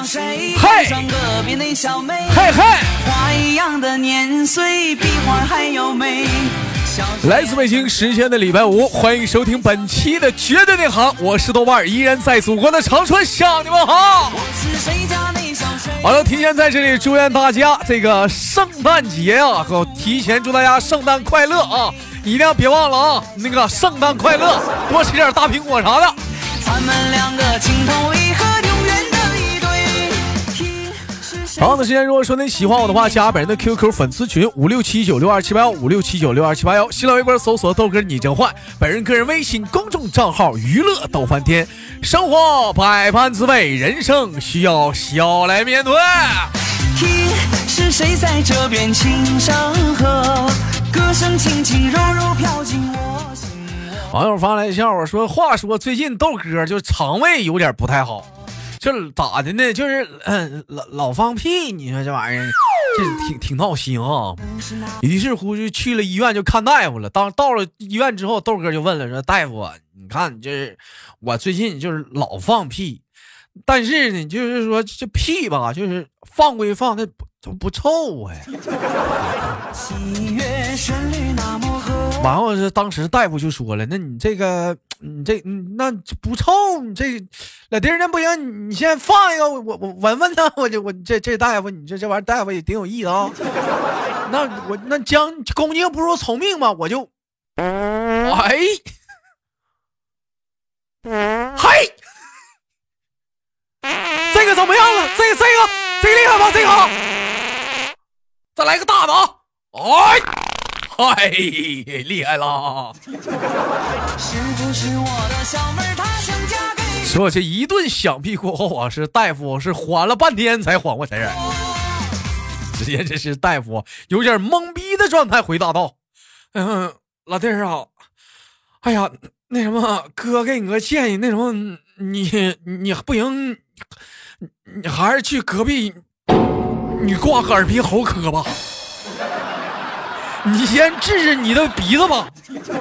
向谁？看上隔壁那小妹， 嘿嘿， 花一样的年岁，比花还要美。 来自北京时间的礼拜五，欢迎收听本期的绝对内行，我是豆瓣，依然在祖国的长春向你们好。好了，提前在这里祝愿大家这个圣诞节啊，提前祝大家圣诞快乐啊！一定要别忘了啊，那个圣诞快乐，多吃点大苹果啥的。 咱们两个情投意合，永远的一对。 好的时间，如果说你喜欢我的话，加本人的 QQ 粉丝群567962781567962871，新浪微博搜索豆哥你真坏，本人个人微信公众账号娱乐逗翻天。生活百般滋味，人生需要笑来面对。 听，是谁在这边轻声和，歌声轻轻柔柔飘进我心窝。 网友发来笑话说，话说最近豆哥就肠胃有点不太好，就是咋的呢？就是老放屁，你说这玩意儿这挺闹心啊。于是乎就去了医院就看大夫了。到了医院之后，豆哥就问了说，大夫啊，你看就是我最近就是老放屁，但是呢就是说这屁吧，就是放归放，它不臭哎。然后是当时大夫就说了，那你这个那不臭，你这老弟儿那不行，你先放一个，我闻闻他，我这大夫，你这玩意儿大夫也挺有意思啊。那将恭敬不如从命嘛，我就嘿，这个怎么样了？这个厉害吧？这个再来个大的啊！厉害了！说这一顿响屁过后啊，是大夫是缓了半天才缓过神来。直接这是大夫有点懵逼的状态回答道：“老弟儿啊，哎呀，那什么，哥给你个建议，那什么，你不行，你还是去隔壁，你挂个耳鼻喉科吧。”你先治治你的鼻子吧。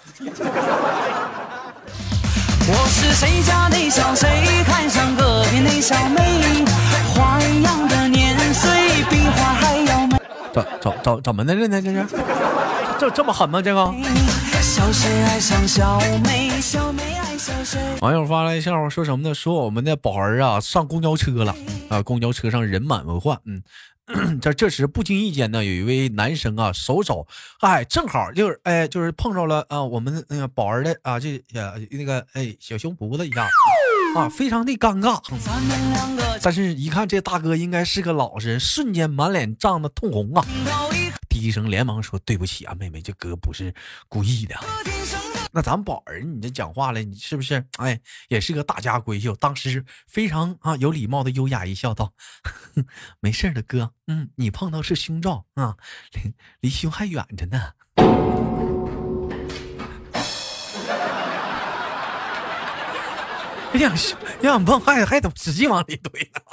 我是谁家的小谁，看上隔壁那小妹，花一样的年岁，比花还要美。 怎么的了呢？这么狠吗？这个小谁爱上小妹，小妹爱小谁。 网友发来笑话说什么呢？说我们的宝儿啊上公交车了啊，公交车上人满为患，这时不经意间呢，有一位男生啊，手正好就是碰着了啊，我们那个宝儿的啊，那个小胸脯子一下啊，非常的尴尬。但是一看这大哥应该是个老实人，瞬间满脸涨得通红啊，低声连忙说：“对不起啊，妹妹，这哥不是故意的。”那咱宝儿，你这讲话了，你是不是也是个大家闺秀？当时非常有礼貌的优雅一笑道：“没事的哥，你碰到是胸罩啊，离胸还远着呢。”让碰还得使劲往里怼呢。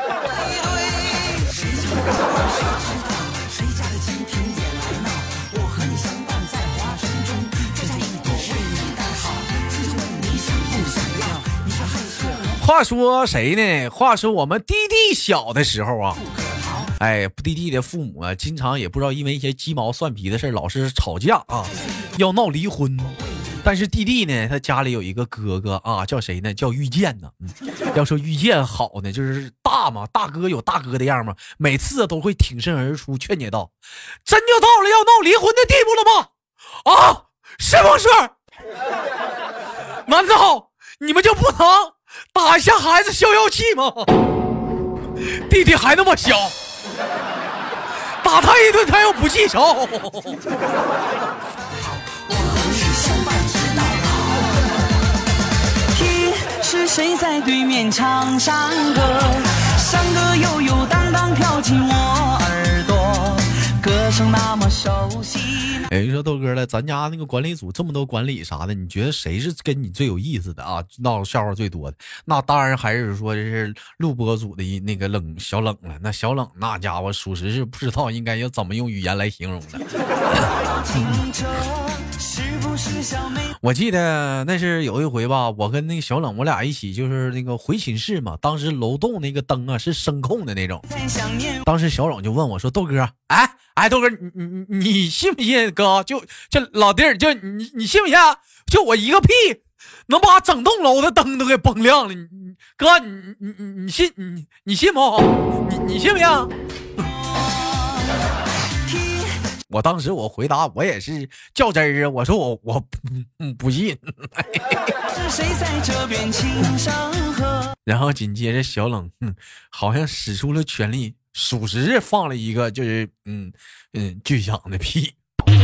话说谁呢？话说我们弟弟小的时候啊，弟弟的父母啊，经常也不知道因为一些鸡毛蒜皮的事老是吵架啊，要闹离婚。但是弟弟呢，他家里有一个哥哥啊，叫谁呢？叫遇见呢。要说遇见好呢，就是大嘛，大哥有大哥的样嘛，每次都会挺身而出劝解道：“真就到了要闹离婚的地步了吗？啊，是不是？难道你们就不能打一下孩子消消气吗？弟弟还那么小，打他一顿他又不记仇。” 是谁在对面唱山歌？山歌悠悠荡荡飘进我耳朵，歌声那么熟悉。 你说豆哥了，咱家那个管理组这么多管理啥的，你觉得谁是跟你最有意思的啊？闹笑话最多的，那当然还是说这是录播组的那个小冷了。那小冷那家伙，属实是不知道应该要怎么用语言来形容的。 我记得那是有一回吧，我跟那个小冷我俩一起就是那个回寝室嘛，当时楼栋那个灯啊是声控的那种，当时小冷就问我说：“豆哥，哎，豆哥，你信不信哥？就老弟儿，就你信不信？就我一个屁能把整栋楼的灯都给崩亮了？哥，你信你信不？你信不信？”我当时我回答我也是较真儿啊，我说我不信。然后紧接着小冷好像使出了全力，属实放了一个就是巨响的屁。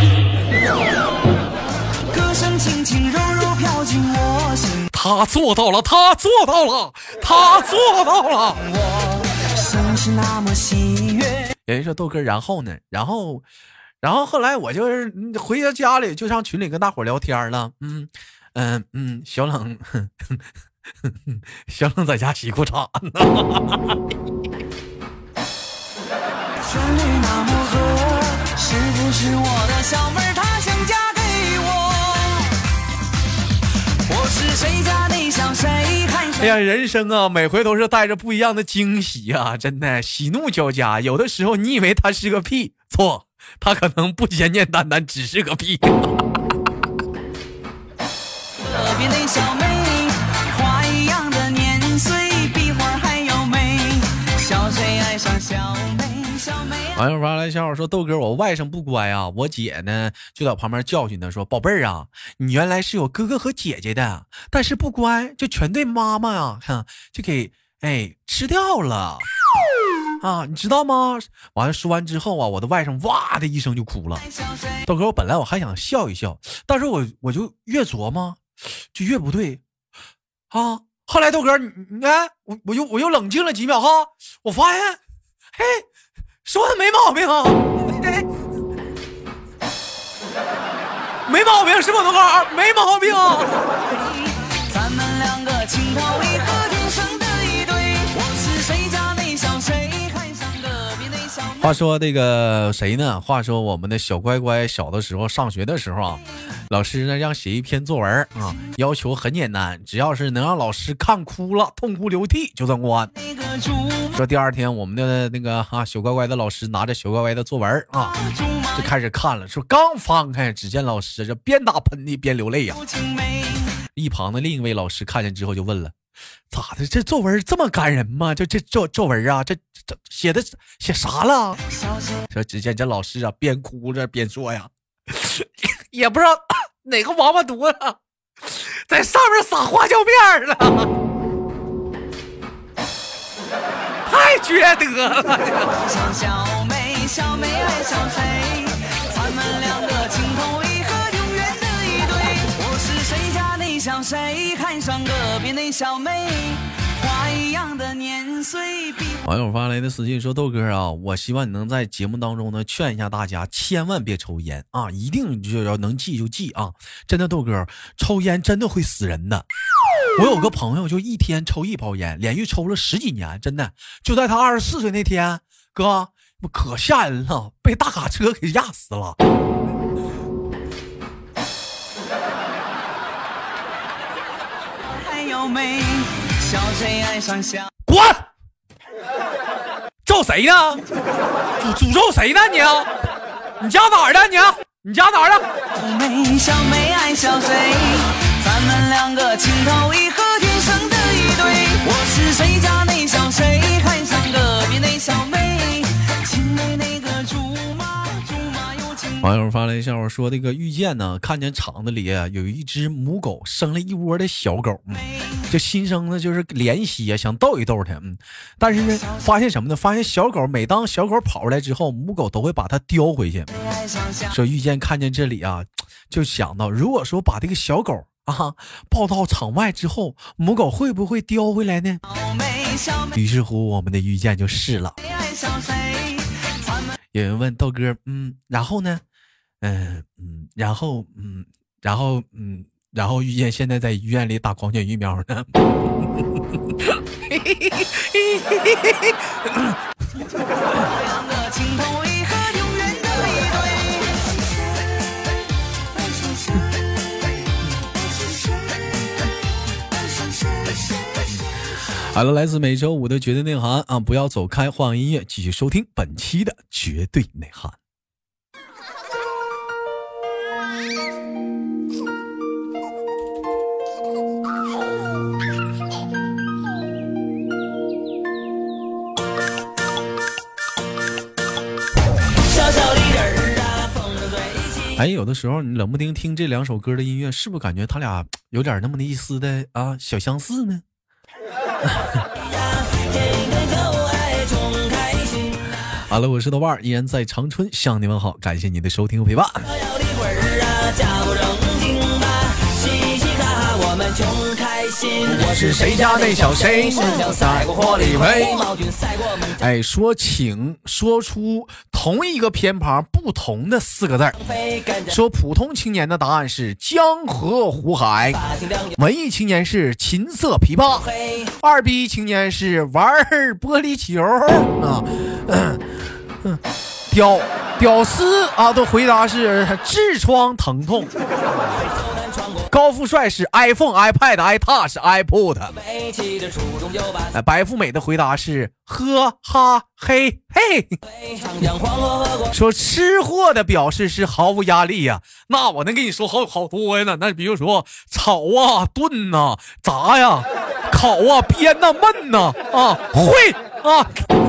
歌声轻轻柔柔飘进我心，他做到了，他做到了，他做到了。我声是那么喜悦。有人说豆哥，然后呢？然后后来我就是回到家里，就上群里跟大伙聊天了。小冷，小冷在家洗裤衩呢。旋律那么和，是不是我的小妹儿她想嫁给我？我是谁家内向谁看谁？哎呀，人生啊，每回都是带着不一样的惊喜啊！真的喜怒交加。有的时候你以为他是个屁，错。他可能不简简单单只是个屁。隔壁那小妹，花一样的年岁，比花还要美。小谁爱上小妹，小妹。网友发来笑话说：“豆哥，我外甥不乖啊，我姐呢就在旁边教训他说：‘宝贝儿啊，你原来是有哥哥和姐姐的，但是不乖就全对妈妈啊，就给吃掉了。’啊，你知道吗？”完了说完之后啊，我的外甥哇的一声就哭了。豆哥，我本来我还想笑一笑，但是我就越琢磨就越不对啊。后来豆哥，你看我又冷静了几秒哈，我发现，嘿，说的没毛病啊，没毛病是不豆哥？没毛病啊。咱们两个情投意合，天生的一对，我是谁家内小谁。话说这个谁呢？话说我们的小乖乖小的时候上学的时候啊，老师呢让写一篇作文啊，要求很简单，只要是能让老师看哭了、痛哭流涕就算过关。说第二天我们的那个小乖乖的老师拿着小乖乖的作文啊，就开始看了。说刚翻开，只见老师这边打喷嚏边流泪呀。一旁的另一位老师看见之后就问了。咋的？这作文这么感人吗？这作文啊，这写啥了？说只见这老师啊，边哭着边说呀，也不知道哪个王八犊子在上面撒花椒面了，太缺德了。小妹爱上谁？咱们两个情投意合，永远的一对。我是谁家内向谁？看上隔壁那小妹，花一样的年岁。网友发来的私信说：“豆哥啊，我希望你能在节目当中呢劝一下大家，千万别抽烟啊！一定就要能记就记啊！真的，豆哥，抽烟真的会死人的。我有个朋友就一天抽1包烟，连续抽了10几年，真的就在他24岁那天，哥可吓人了，被大卡车给压死了。”滚！咒谁呢？诅咒谁呢？你家哪儿的？你家哪儿的？小妹爱上谁？咱们两个情投意合，天生的一对。我是谁家内小谁？看上隔壁那小妹，亲妹那个猪妈有情。网友发来笑话说，那个遇见呢，看见厂子里有一只母狗生了一窝的小狗，就心生的就是怜惜啊，想逗一逗它，但是呢，发现什么呢？发现小狗每当小狗跑出来之后，母狗都会把它叼回去。说遇见看见这里啊，就想到如果说把这个小狗抱到场外之后，母狗会不会叼回来呢？于是乎，我们的遇见就试了。有人问豆哥，然后呢？然后遇见现在在医院里打狂犬疫苗呢。 好了，来自每周五的绝对内涵啊，不要走开，换音乐，继续收听本期的绝对内涵。哎，有的时候你冷不丁听这两首歌的音乐，是不是感觉他俩有点那么的一丝的啊小相似呢？好了，我是豆瓣，依然在长春向你们好，感谢你的收听和陪伴。我是谁家那小谁，赛过火里飞。哎，请说出同一个偏旁不同的4个字。说普通青年的答案是江河湖海，文艺青年是琴瑟琵琶，二逼青年是玩玻璃球啊。屌丝啊的回答是痔疮疼痛。高富帅是 iPhone、iPad、iTouch、iPod。白富美的回答是呵哈嘿嘿。说吃货的表示是毫无压力呀，那我能跟你说好多呀呢。那比如说炒啊、炖啊、炸呀、烤啊、煸啊、焖啊啊会啊。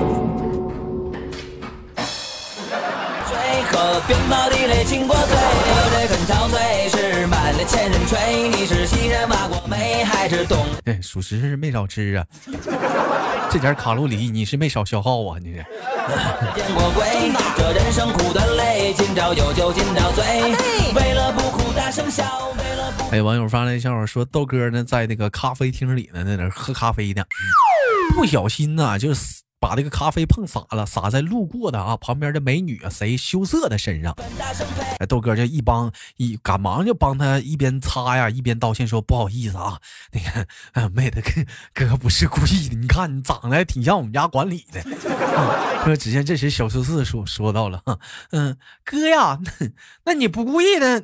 和鞭炮地雷经过嘴，对很憔悴，是满了千人吹。你是西人挖过煤还是东？对，属实是没少吃啊，这点卡路里你是没少消耗啊，你是。见过鬼，这人生苦短累，今朝有酒今朝醉，为了不哭大声笑，为了不。哎，网友发来笑话说，豆哥呢在那个咖啡厅里呢，在那喝咖啡呢，不小心呢就是把这个咖啡碰洒了，洒在路过的啊旁边的美女啊谁羞涩的身上。豆哥就赶忙就帮他一边擦呀一边道歉说不好意思啊，那个妹子哥不是故意的，你看你长得挺像我们家管理的。说只见这时小苏四说到了，哥呀，那你不故意的，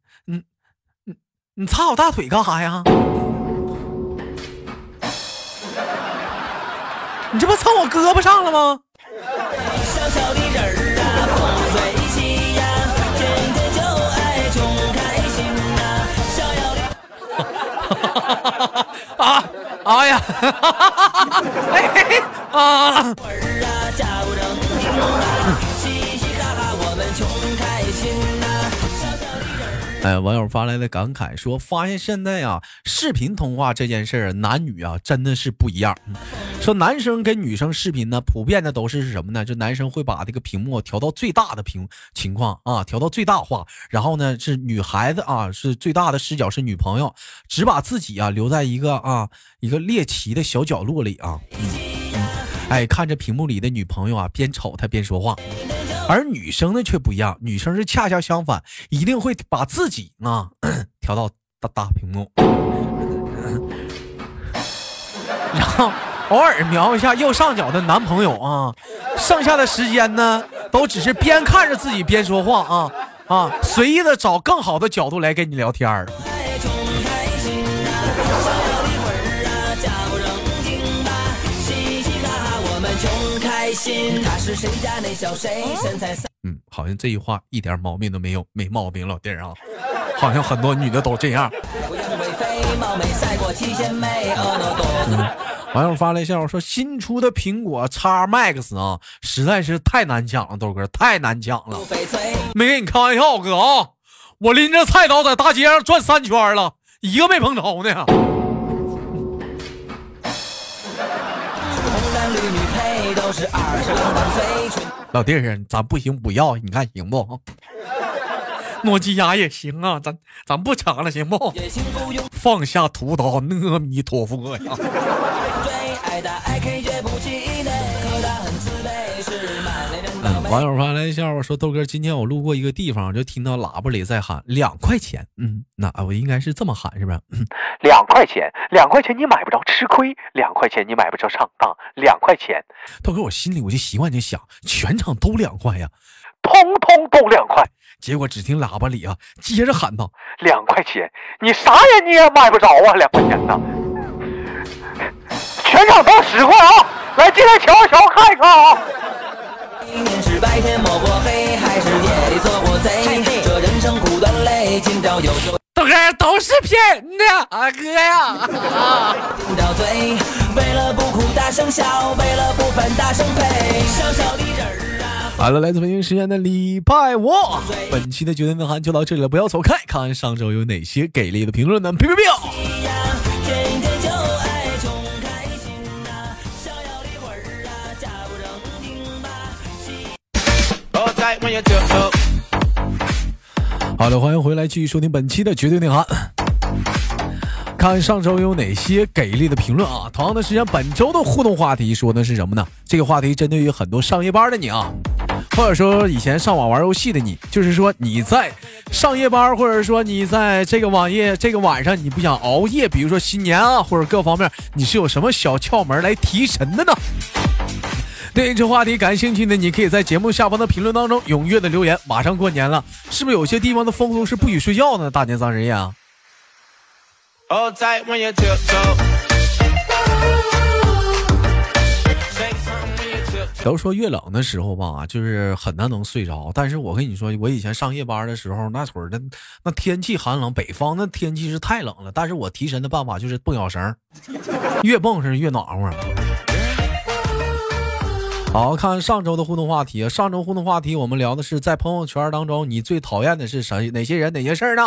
你擦我大腿干啥呀？你这不蹭我胳膊上了吗？小小的人儿啊，风吹起呀，天天就爱穷开心呐，逍遥的啊，哎呀，哎啊，儿啊，家不正经啊，嘻嘻哈哈我们穷开心呐。哎，网友发来的感慨说，发现现在啊，视频通话这件事儿，男女啊真的是不一样。说男生跟女生视频呢，普遍的都是什么呢？就男生会把这个屏幕调到最大的情况啊，调到最大化，然后呢是女孩子啊，是最大的视角是女朋友，只把自己啊留在一个猎奇的小角落里啊，哎，看着屏幕里的女朋友啊，边瞅她边说话。而女生呢却不一样，女生是恰恰相反，一定会把自己啊调到大屏幕，然后偶尔瞄一下右上角的男朋友啊，剩下的时间呢都只是边看着自己边说话啊，随意的找更好的角度来跟你聊天儿。他是谁家那小谁身材好像这句话一点毛病都没有，没毛病，老弟儿啊，好像很多女的都这样。网友发来笑说，新出的苹果 X Max 啊，实在是太难抢了，豆哥太难抢了，没跟你开玩笑哥啊，我拎着菜刀在大街上转3圈了，一个没碰着呢。老弟儿，咱不行不要，你看行不？诺基亚也行啊，咱不抢了行不？放下屠刀，阿弥陀佛呀！网友发来笑话说，豆哥，今天我路过一个地方，就听到喇叭里在喊2块钱。那我应该是这么喊是不是？2块钱，2块钱你买不着吃亏，2块钱你买不着上当，2块钱。豆哥，我心里我就习惯就想，全场都2块呀，通通都2块。结果只听喇叭里啊，接着喊道：2块钱，你啥人你也买不着啊，2块钱呢？ 全场都使唤啊！来进来瞧一瞧，看一看啊！ 是白天摸过黑，还是夜里做过贼？这人生苦短累，今朝有酒豆哥都是骗的啊，哥呀！ 今朝醉，为了不哭大声笑，为了不烦大声呸。小小的人儿啊！ 好了，来自北京时间的礼拜五，本期的绝对内涵就到这里了，不要走开，看上周有哪些给力的评论呢？飘飘飘！ 天天就爱穷开心呐，逍遥的魂儿啊，假不正经吧。 好的，欢迎回来，继续收听本期的绝对内涵。看上周有哪些给力的评论啊？同样的时间，本周的互动话题说的是什么呢？这个话题针对于很多上夜班的你啊，或者说以前上网玩游戏的你，就是说你在上夜班，或者说你在这个网页这个晚上你不想熬夜，比如说新年啊，或者各方面，你是有什么小窍门来提神的呢？对这话题感兴趣的，你可以在节目下方的评论当中踊跃的留言。马上过年了，是不是有些地方的风俗是不许睡觉呢？大年三十夜啊！都说越冷的时候吧，就是很难能睡着。但是我跟你说，我以前上夜班的时候，那会儿的那天气寒冷，北方那天气是太冷了。但是我提神的办法就是蹦小绳，越蹦是越暖和。好，看上周的互动话题。上周互动话题我们聊的是在朋友圈当中你最讨厌的是谁？哪些人哪些事呢？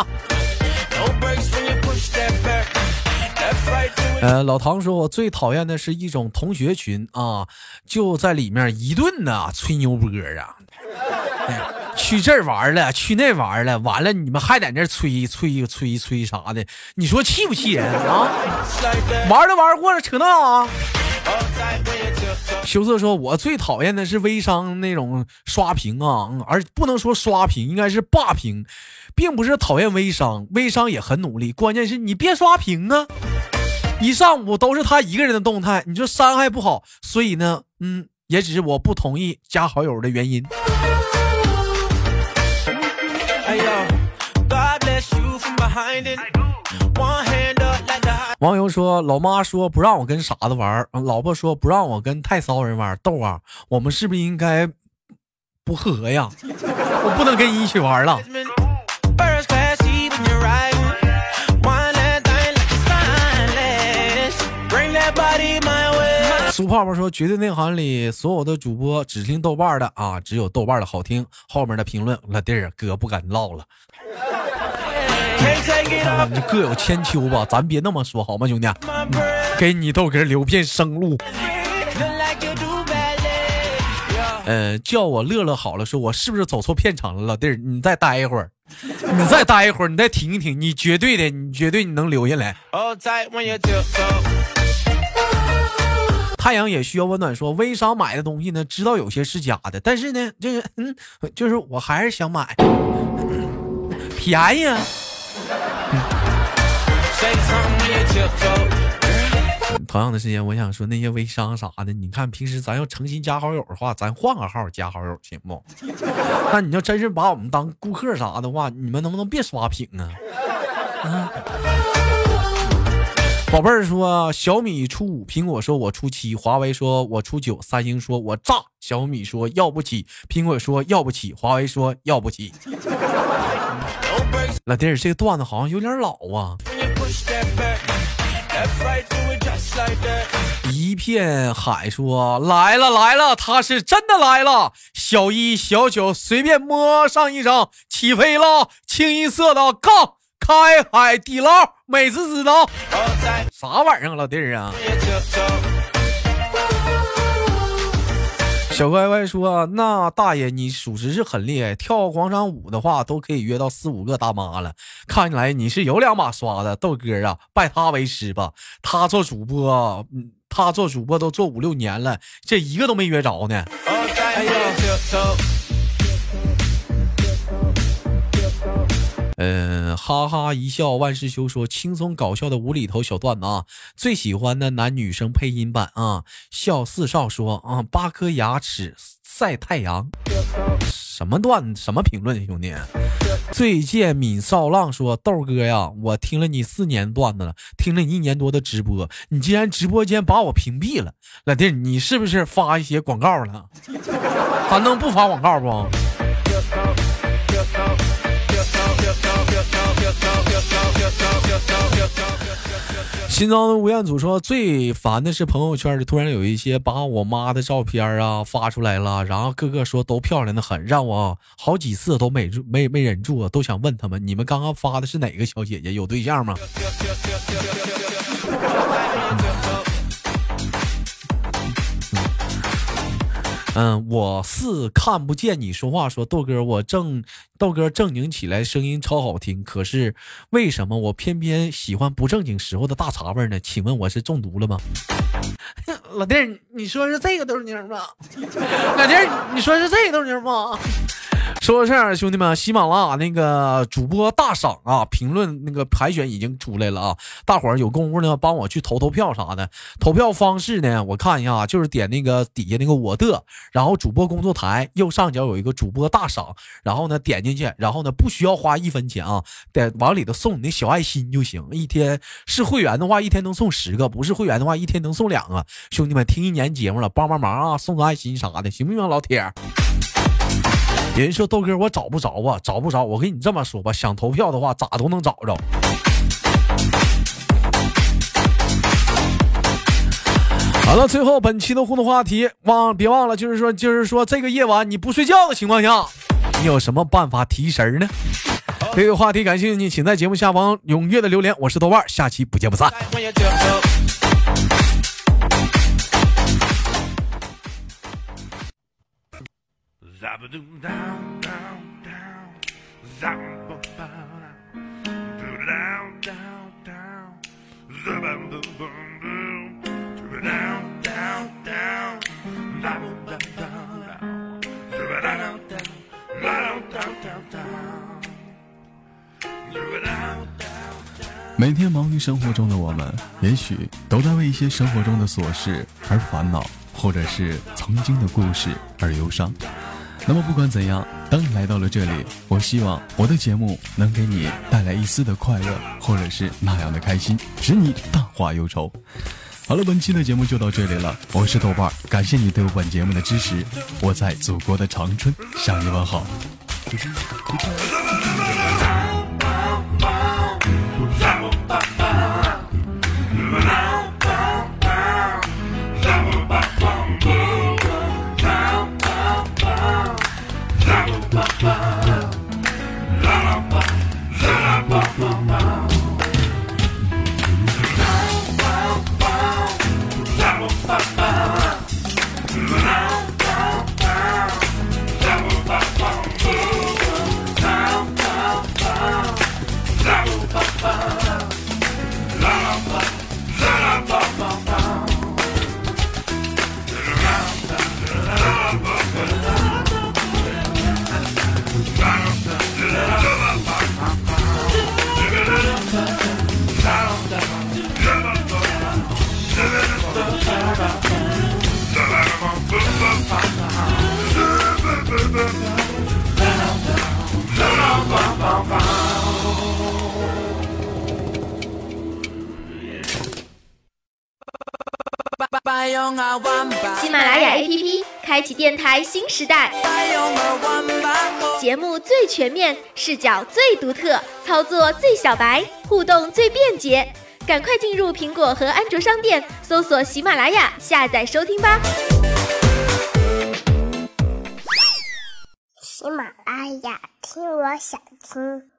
老唐说我最讨厌的是一种同学群啊，就在里面一顿的吹牛波啊，去这儿玩了，去那玩了，完了你们还在那吹啥的，你说气不气人啊？玩都玩过了，扯那啊！羞涩说我最讨厌的是微商那种刷屏啊，而不能说刷屏，应该是霸屏，并不是讨厌微商，微商也很努力，关键是你别刷屏啊，一上午都是他一个人的动态，你说伤害不好，所以呢也只是我不同意加好友的原因。网友说老妈说不让我跟傻子玩，老婆说不让我跟太骚人玩，豆啊我们是不是应该不和呀？我不能跟你一起玩了。苏泡泡说绝对内涵里所有的主播只听豆瓣的啊，只有豆瓣的好听，后面的评论老弟儿哥不敢唠了。你各有千秋吧，咱别那么说好吗兄弟？给你豆哥留片生路。叫我乐乐好了，说我是不是走错片场了？老弟儿你再待一会儿，你再待一会儿，你再停一停，你绝对你能留下来。太阳也需要温暖说微商买的东西呢，知道有些是假的，但是呢就是我还是想买，便宜啊。同样的时间我想说那些微商啥的，你看平时咱要诚心加好友的话，咱换个号加好友行不？那你要真是把我们当顾客啥的话，你们能不能别刷屏啊？宝贝儿说小米初5，苹果说我初7，华为说我初9，三星说我炸，小米说要不起，苹果说要不起，华为说要不起。老弟儿这个段子好像有点老啊。一片海说来了，他是真的来了，小1小9随便摸上一张，起飞了，清一色的杠开海底捞，美滋滋的啥玩意儿老弟儿啊？小乖乖说那大爷你属实是很厉害，跳广场舞的话都可以约到4、5个大妈了，看来你是有2把刷的，豆哥啊拜他为师吧，他做主播都做5、6年了，这一个都没约着呢。哈哈一笑万事休说轻松搞笑的无厘头小段子啊，最喜欢的男女生配音版啊，笑四少说啊8颗牙齿晒太阳，什么段什么评论兄弟？ 最见闵少浪说：“豆哥呀，我听了你4年段子了，听了你1年多的直播，你竟然直播间把我屏蔽了，老弟，你是不是发一些广告了？还能不发广告不？”心脏的吴彦祖说：“最烦的是朋友圈里突然有一些把我妈的照片啊发出来了，然后个个说都漂亮的很，让我好几次都没忍住，都想问他们，你们刚刚发的是哪个小姐姐？有对象吗？”我是看不见你说话。说豆哥正经起来声音超好听，可是为什么我偏偏喜欢不正经时候的大茶味呢？请问我是中毒了吗？老弟儿，你说是这个豆妞吗？老弟儿，你说是这个豆妞吗？说个事儿，兄弟们，喜马拉雅那个主播大赏啊，评论那个排选已经出来了啊，大伙儿有功夫呢，帮我去投票啥的。投票方式呢，我看一下，就是点那个底下那个我的，然后主播工作台右上角有一个主播大赏，然后呢点进去，然后呢不需要花1分钱啊，得往里头送你那小爱心就行。一天是会员的话，一天能送10个；不是会员的话，一天能送2个。兄弟们，听1年节目了，帮忙啊，送个爱心啥的，行不行，老铁？有人说豆哥我找不着啊，找不着。我跟你这么说吧，想投票的话咋都能找着。好了，最后本期的互动话题，别忘了，就是说这个夜晚你不睡觉的情况下，你有什么办法提神呢？这个话题感兴趣你请在节目下方踊跃的留言。我是豆瓣，下期不见不散。 每天忙于生活中的我们，也许都在为一些生活中的琐事而烦恼，或者是曾经的故事而忧伤。那么不管怎样，当你来到了这里，我希望我的节目能给你带来一丝的快乐，或者是那样的开心，使你淡化忧愁。好了，本期的节目就到这里了，我是豆瓣，感谢你对我本节目的支持，我在祖国的长春向你问好。 喜马拉雅 APP 开启电台新时代，节目最全面，视角最独特，操作最小白，互动最便捷。赶快进入苹果和安卓商店，搜索喜马拉雅，下载收听吧。 喜马拉雅，听我想听。